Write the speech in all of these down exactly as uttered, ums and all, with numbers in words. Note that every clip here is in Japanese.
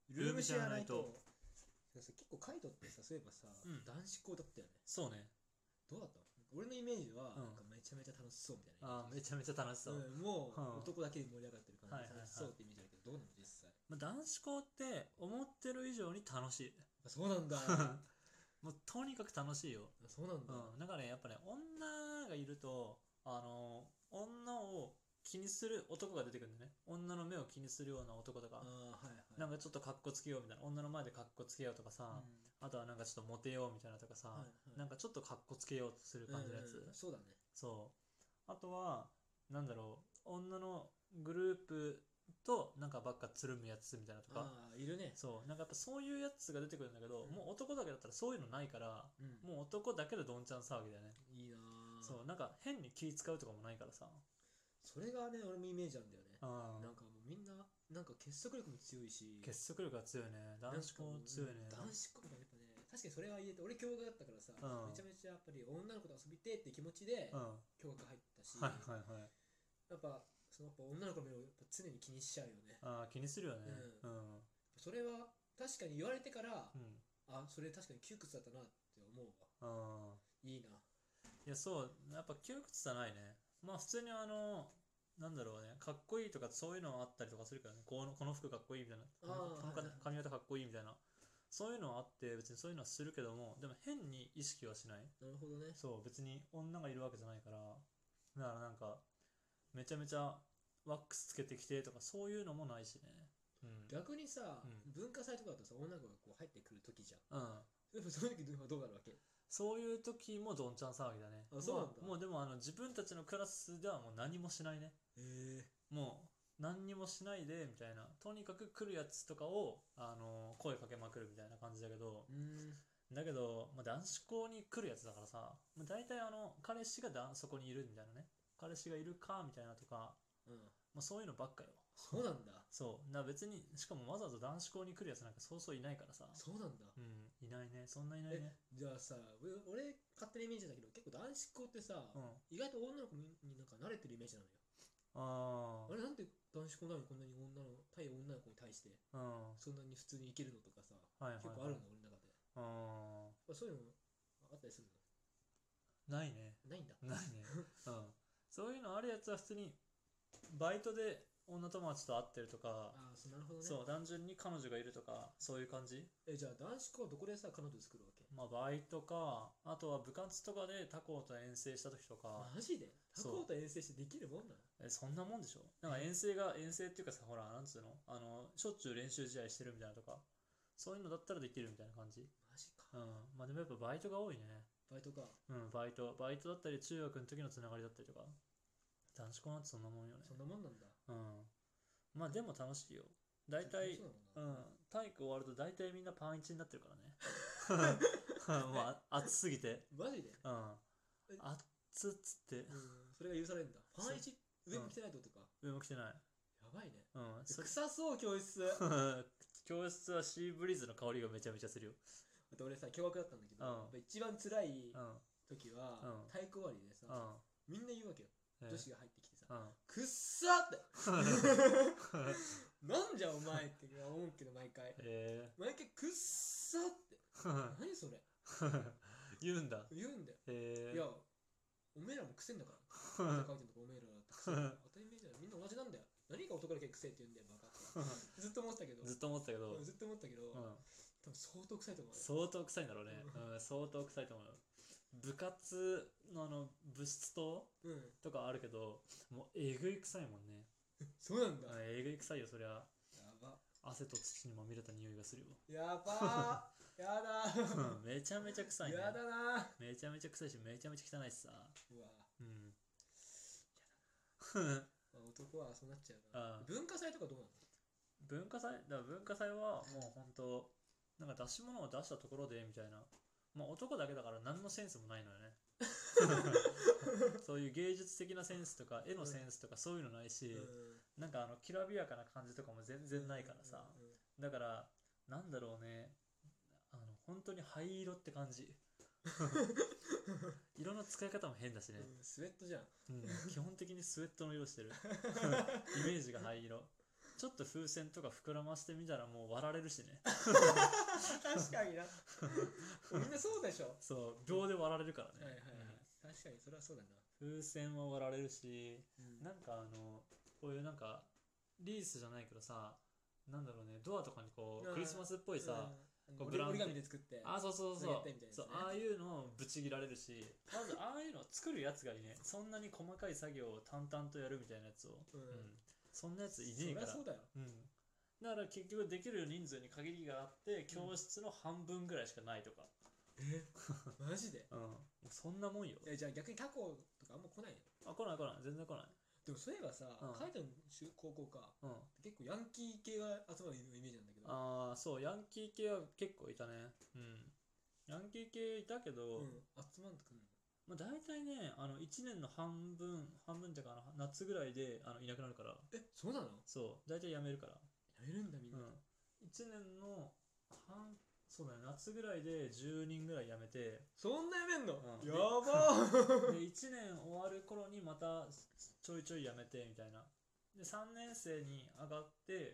ルームシェアないと。 結構カイトってさ、そういえばさ、 うん、 男子校だったよね。 そうね。 どうだったの？俺のイメージは、 うんなんかめちゃめちゃ楽しそうみたいな。 ああ、めちゃめちゃ楽しそう。 うん、もうんう男だけで盛り上がってる感じではいはいはい楽しそうってイメージあるけど、どうなの実際？ まあ、男子校って思ってる以上に楽しい。 あ、そうなんだ。 もうとにかく楽しいよ。 あ、そうなんだ。 うん、なんかね、やっぱね、女がいると、あの女を気にする男が出てくるんだよね。女の目を気にするような男とか、 ああ、はいはい。 なんかちょっとかっこつけようみたいな、女の前でかっこつけようとかさ、 うん、 あとはなんかちょっとモテようみたいなとかさ、 はいはい。 なんかちょっとかっこつけようとする感じのやつ。 うんうん、そうだね。 そう。あとは、なんだろう、女のグループとなんかばっかつるむやつみたいなとか、 ああ、いるね。 そう、なんかやっぱそういうやつが出てくるんだけど、 うんもう男だけだったらそういうのないから、 うん、 もう男だけでどんちゃん騒ぎだよね。 いいなー。 そう、なんか変に気使うとかもないからさ。 それがね、俺もイメージあるんだよね。 あなんかもうみんな、なんか結束力も強いし、 結束力が強いね。男子校強いね。 男子校がやっぱね、確かにそれは言えて、俺共学だったからさ、 うんめちゃめちゃやっぱり女の子と遊びてって気持ちでうん。 共学入ったし、 はいはいはい。 やっぱそのやっぱ女の子の目をやっぱ常に気にしちゃうよね。 ああ、気にするよね。 ううん。 それは確かに言われてから、 うん。 あ、それ確かに窮屈だったなって思うわ。 ああ。 いいな。 いや、そう、やっぱ窮屈さないね。まあ普通にあの、なんだろうね、かっこいいとかそういうのはあったりとかするからね。このこの服かっこいいみたいな。このこのあーはいはい髪型かっこいいみたいな。そういうのはあって、別にそういうのはするけども、でも変に意識はしない。 なるほどね。 そう、別に女がいるわけじゃないから。だからなんか、めちゃめちゃワックスつけてきてとかそういうのもないしね。うん。 逆にさ、 うん文化祭とかだとさ、女の子がこう入ってくる時じゃん。 うん。 でもその時どうどうなるわけ？ そういう時もどんちゃん騒ぎだね。 あ、そうなんだ。 もう、もうでもあの自分たちのクラスではもう何もしないね。 へえ。 もう何にもしないでみたいな。とにかく来るやつとかを、あの声かけまくるみたいな感じだけど、 うーん。 だけど、まあ、男子校に来るやつだからさ、まあ、大体あの彼氏がだそこにいるみたいなね。彼氏がいるかみたいなとか、 うん。 まあ、そういうのばっかよ。 そうなんだ。 そう。な別に、しかもわざわざ男子校に来るやつなんかそうそういないからさ。 そうなんだ。 うん、いないね。そんないないえ、 ね。 じゃあさ、俺俺勝手なイメージだけど、結構男子校ってさ、 うん。 意外と女の子にになんか慣れてるイメージなのよ。 ああれなんで男子校なのにこんなに女の対女の子に対してあ。うん。 そんなに普通にいけるのとかさ、 はいはい、はい。 結構あるの俺の中で。 ああ、そういうのあったりするあ。ないね。 の？ないんだ。 ないね。うん。そういうのあるやつは普通に、バイトで女友達と会ってるとか、 ああ、そう、なるほどね。 そう、単純に彼女がいるとか、そういう感じ。 え、じゃあ男子校はどこでさ、彼女作るわけ？ まあ、バイトか、あとは部活とかで他校と遠征した時とか、 マジで他そう校と遠征してできるもんなの？ え、そんなもんでしょ。なんか遠征が、遠征っていうかさ、ほら、なんつうの、あの、しょっちゅう練習試合してるみたいなとか、そういうのだったらできるみたいな感じ。 マジか。 うん。まあでもやっぱバイトが多いね。 バイトか。 うん、バイト。バイトだったり、中学の時のつながりだったりとか。男子校なんてそんなもんよね。 そんなもんなんだ。 うん。まあでも楽しいよ。大体、 そううなのかな。 ん、体育終わると大体みんなパンイチになってるからね。もうあ暑すぎて。 マジで？ うん。 え暑っつって。 うん、それが許されるんだ。パンイチ上も着てないってことか。 上も着てない。 やばいね。 うん。そ臭そう、教室。 教室はシーブリーズの香りがめちゃめちゃするよ。 あと俺さ、共学だったんだけど、 うんやっぱ一番辛いうん。うん。 時は、 うん体育終わりでさ、みんな言うわけよ。 え女子が入ってきてさ、 うん。 くっさってなんじゃお前って思うけど毎回。 え毎回くっさって。 ー。 何それ言うんだ。 言うんだよ。 えー。 いや、おめえらもくせんだから。汗かいてんのかおめえらだってくせえんだよ。当たり前じゃん。みんな同じなんだよ。何が男だけくせえって言うんだよ、バカって。ずっと思ってたけど。 ずっと思ってたけど、 うんずっと思ってたけど、 うん。 多分相当臭いと思うよ。 相当臭いんだろうね。うん、相当臭いと思うよ。部活のあの部室棟うん。 とかあるけど、もうえぐい臭いもんね。 そうなんだ。 うんえぐい臭いよ、そりゃ。 やば。 汗と土にまみれた匂いがするよ。 やばー。やだー。 うんめちゃめちゃ臭いね。 やだなー。 めちゃめちゃ臭いし、めちゃめちゃ汚いしさ。 うわうん。 まあ男はそうなっちゃうな。 あ文化祭とかどうなの？ 文化祭、だから文化祭はもう本当なんか出し物を出したところでみたいな。まあ男だけだから何のセンスもないのよね。そういう芸術的なセンスとか絵のセンスとかそういうのないし、 うんなんかあのきらびやかな感じとかも全然ないからさ、 うんうんだからなんだろうね、あの本当に灰色って感じ。色の使い方も変だしね、 うん、スウェットじゃん。 うん、基本的にスウェットの色してる。イメージが灰色。 ちょっと風船とか膨らましてみたらもう割られるしね。 確かにな。みんなそうでしょ。 そう秒で割られるからね、 はいはいはい。確かにそれはそうだな。 風船は割られるし、 うんなんかあのこういうなんかリースじゃないけどさ、なんだろうね、ドアとかにこうクリスマスっぽいさ、 うん、 こう折り折りブランケ紙で作ってあそうそうそう投げてみたいなやつねそう、ああいうのをぶち切られるし、まずああいうのを作るやつがいね、そんなに細かい作業を淡々とやるみたいなやつを、 うんうんそんなやついねえから。 そりゃそうだよ。 うんだから結局できる人数に限りがあって、教室の半分ぐらいしかないとか、 えマジで。 うん、もうそんなもんよ。 えじゃあ逆に他校とかあんま来ないの？ あ、来ない来ない、全然来ない。 でもそういえばさ、 うんカイトの中高校か、 うん、 結構ヤンキー系が集まるイメージなんだけど。 ああ、そう、ヤンキー系は結構いたね。うん。ヤンキー系いたけど、 うん、集まってくるの。 まあ、大体ね、あのいちねんの半分、半分っていうかな、夏ぐらいであのいなくなるから、 え、そうなの？ そう、大体辞めるから。 やめるんだみんな。 うん。いちねんの半、そうだね、夏ぐらいでじゅうにんぐらい辞めて、 そんなやめんの？ うんやばーで、いちねん終わる頃にまたちょいちょい辞めてみたいな。で、さんねん生に上がって、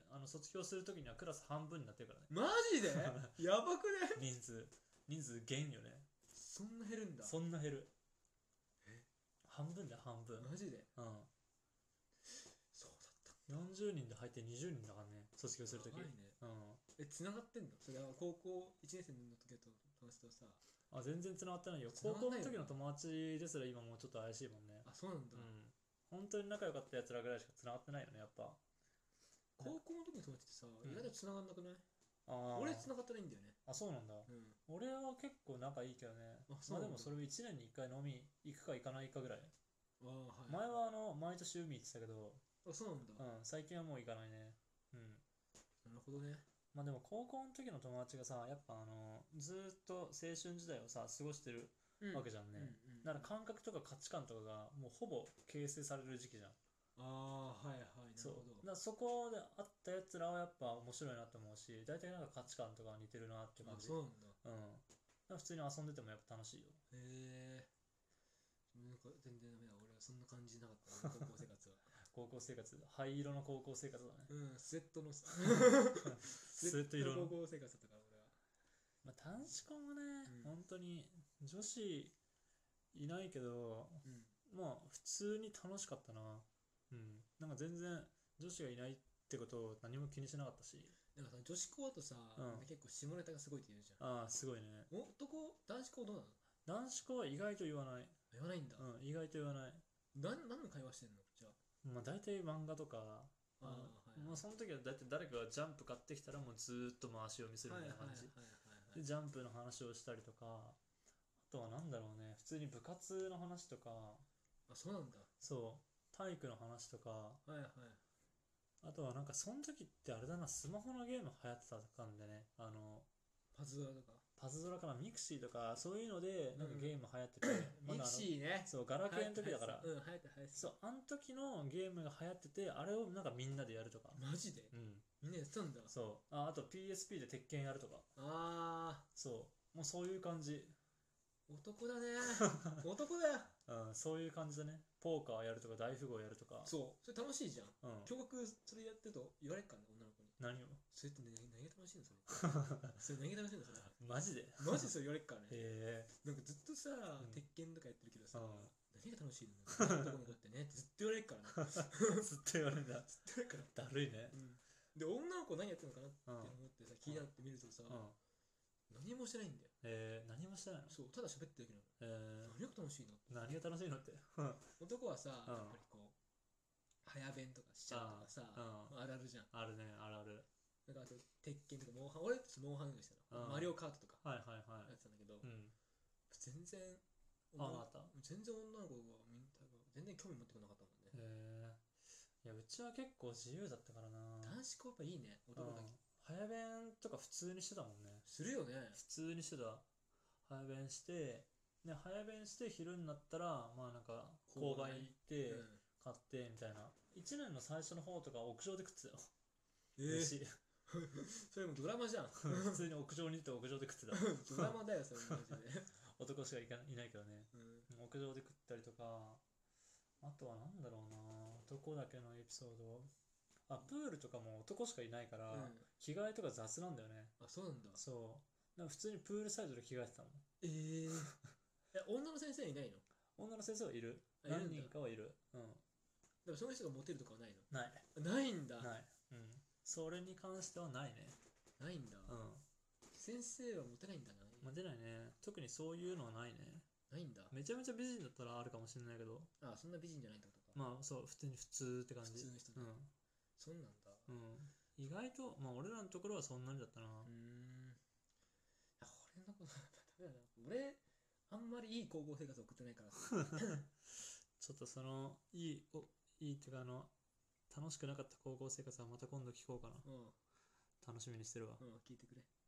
あの卒業するときにはクラス半分になってるからね。 マジでやばくね？ 人数、人数減よね。 そんな減るんだ。 そんな減る。 え半分だよ、半分。 マジで？ うん。 そうだった。 よんじゅうにんで入ってにじゅうにんだからね、卒業するとき。 やばいね。 うん。 え、繋がってんの？それは高校いちねん生の時と友達とさ。 あ、全然繋がってないよ。 繋高がんないよね校の時の友達ですら今もうちょっと怪しいもんね。 あ、そうなんだ。 うん。本当に仲良かったやつらぐらいしか繋がってないよね、やっぱ。 高校の時の友達ってさ、 ん意外と繋がんなくない？ ああ。 俺繋がってないんだよね。 あ、そうなんだ。 うん。 俺は結構仲いいけどね。 あそうなんだまあでもそれをいちねんにいっかい飲み行くか行かないかぐらい。 ああ、はい。 前はあの、毎年海行ってたけど、 あ、そうなんだ。 うん、最近はもう行かないね。うん。 なるほどね。 まあでも高校の時の友達がさ、やっぱあの、ずーっと青春時代をさ、過ごしてるうんわけじゃんね。 うんうんだから感覚とか価値観とかがもうほぼ形成される時期じゃん。 ああ、はいはい、なそう。 るほど。 だからそこで会ったやつらはやっぱ面白いなと思うし、大体なんか価値観とか似てるなって感あ、 じ。 そうなんだ。 うん。だから普通に遊んでてもやっぱ楽しいよ。 へえ。なんか全然ダメだ。俺はそんな感じなかったな、高校生活は。 高校生活、灰色の高校生活だね。 うん、スウェットのススウェット色の高校生活だったから俺は。 まあ、男子校もね、 うん本当に女子いないけど、 うん。 まあ普通に楽しかったな。うん。なんか全然女子がいないってことを何も気にしなかったし。 なんかさ、女子校だとさ、 うん結構下ネタがすごいって言うじゃん。 ああ、すごいね。 男、男子校どうなの？ 男子校は意外と言わない。 言わないんだ。 うん、意外と言わない。 なん、何の会話してんのじゃまあ大体漫画とか、 あ。ああ、 あのはい。 もうその時は大体誰かがジャンプ買ってきたらもうずーっと回し読みするみたいな感じ。 はいはいはいはいで、ジャンプの話をしたりとか、あとはなんだろうね、普通に部活の話とか、 あ、そうなんだ。 そう、体育の話とか、 はいはい。 あとはなんかその時ってあれだな、スマホのゲーム流行ってたんでね、あの、 パズドラとか。 パズドラかな、ミクシーとか、そういうので、なんかゲーム流行ってて、まミクだあのシーね。 そう、ガラケーの時だから、 うん、流行って流行って。 そう、あの時のゲームが流行ってて、あれをなんかみんなでやるとか、 マジでうん、 みんなやってたんだ。 そう、あ、あと ピーエスピー で鉄拳やるとか、 あそう、もうそういう感じ、 ー、男だね。男だよ。 うん、そういう感じだね。ポーカーやるとか、大富豪やるとか、 そう。それ楽しいじゃん。 うん、 驚愕それやってると言われっからね、女の子に。 何をそれって何何が楽しいのそれ。それ何が楽しいのそれ。 マジでマジでそれ言われっからね。 へなんかずっとさ、 ん鉄拳とかやってるけどさ、 うん何が楽しいの男の子ってねってずっと言われるからね。 え、ずっと言われるんだ。 ずっと言われるから。 だるいね。 うんで、女の子何やってるのかなってうん、 思ってさ、気になって見るとさ、 うん、 何もしてないんだよ。 えー、何もしてないのそう、ただ喋ってるだけなの。 え何が楽しいの？ ー、何が楽しいのって。 男はさ、 うんやっぱりこう、早弁とかしちゃうとかさ、 あうんまああるあるじゃん。 あるね、あるある。 なんかあと、鉄拳とか、モンハン、俺ってモンハンぐらいしたの。 うんマリオカートとかはいはいはいやってたんだけど、 うん全然、 あ女あった全然女の子がみんな全然興味持ってこなかったもんね。 へえいやうちは結構自由だったからな。 男子校やっぱいいね、男だけ。 うん早弁とか普通にしてたもんね。 するよね。 普通にしてた。早弁してね、早弁して昼になったらまあなんか購買行ってうん買ってみたいな。いちねんの最初の方とか屋上で食ってたよ。 えー、 飯それもドラマじゃん。 普通に屋上に行って屋上で食ってた。 ドラマだよ、それマジで。 男しかいかいないけどね。 うん屋上で食ったりとか、あとはなんだろうな、どこだけのエピソード。 あ、プールとかも男しかいないから、 うん着替えとか雑なんだよね。 あそうなんだそうなんか普通にプールサイドで着替えてたもん。 えー、え女の先生いないの女の先生はいる。 あいるんだ何人かはいる。うん。 でもその人がモテるとかはないのない。 あないんだない。うん。それに関してはないね。 ないんだ、 うん。 先生はモテないんだな、 まあ、出ないね。特にそういうのはないね。 ないんだめちゃめちゃ美人だったらあるかもしれないけど、 あそんな美人じゃないってことか、 まあそう、普通に普通って感じ。 普通の人で、そうなんだうん。うん。意外と、まあ俺らのところはそんなにだったな。 うーんあ俺のことダメだな俺あんまりいい高校生活送ってないからさちょっとその、いい、お、いいっていうかあの、楽しくなかった高校生活はまた今度聞こうかな。 うん楽しみにしてるわ。 うん聞いてくれ